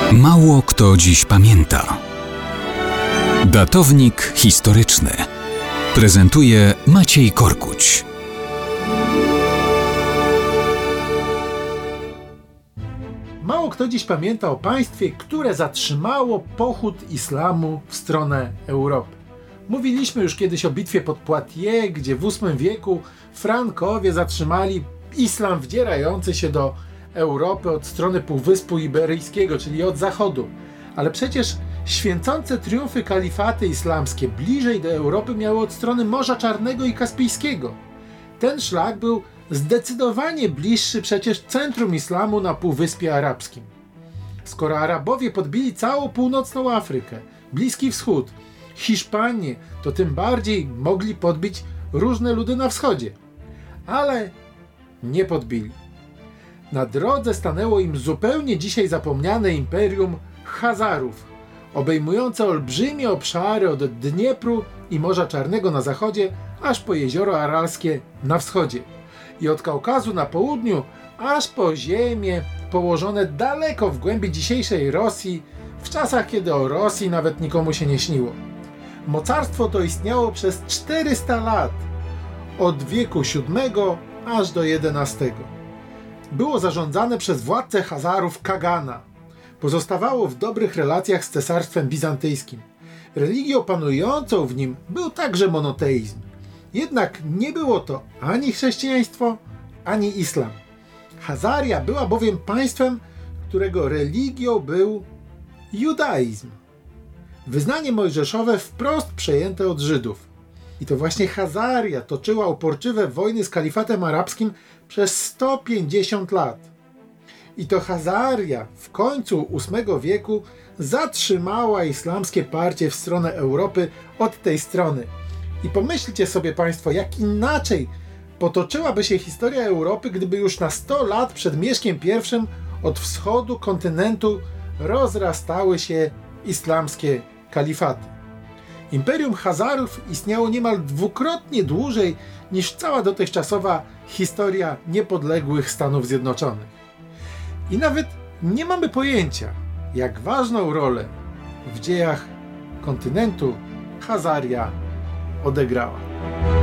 Mało kto dziś pamięta. Datownik historyczny prezentuje Maciej Korkuć. Mało kto dziś pamięta o państwie, które zatrzymało pochód islamu w stronę Europy. Mówiliśmy już kiedyś o bitwie pod Poitiers, gdzie w VIII wieku Frankowie zatrzymali islam wdzierający się do Europy od strony Półwyspu Iberyjskiego, czyli od zachodu. Ale przecież święcące triumfy kalifaty islamskie bliżej do Europy miały od strony Morza Czarnego i Kaspijskiego. Ten szlak był zdecydowanie bliższy przecież centrum islamu na Półwyspie Arabskim. Skoro Arabowie podbili całą północną Afrykę, Bliski Wschód, Hiszpanię, to tym bardziej mogli podbić różne ludy na wschodzie. Ale nie podbili. Na drodze stanęło im zupełnie dzisiaj zapomniane imperium Chazarów, obejmujące olbrzymie obszary od Dniepru i Morza Czarnego na zachodzie, aż po jezioro Aralskie na wschodzie i od Kaukazu na południu, aż po ziemie położone daleko w głębi dzisiejszej Rosji, w czasach kiedy o Rosji nawet nikomu się nie śniło. Mocarstwo to istniało przez 400 lat, od wieku VII aż do XI. Było zarządzane przez władcę Chazarów Kagana. Pozostawało w dobrych relacjach z cesarstwem bizantyjskim. Religią panującą w nim był także monoteizm. Jednak nie było to ani chrześcijaństwo, ani islam. Chazaria była bowiem państwem, którego religią był judaizm. Wyznanie mojżeszowe wprost przejęte od Żydów. I to właśnie Chazaria toczyła uporczywe wojny z kalifatem arabskim przez 150 lat. I to Chazaria w końcu VIII wieku zatrzymała islamskie parcie w stronę Europy od tej strony. I pomyślcie sobie Państwo, jak inaczej potoczyłaby się historia Europy, gdyby już na 100 lat przed Mieszkiem I od wschodu kontynentu rozrastały się islamskie kalifaty. Imperium Chazarów istniało niemal dwukrotnie dłużej niż cała dotychczasowa historia niepodległych Stanów Zjednoczonych. I nawet nie mamy pojęcia, jak ważną rolę w dziejach kontynentu Chazaria odegrała.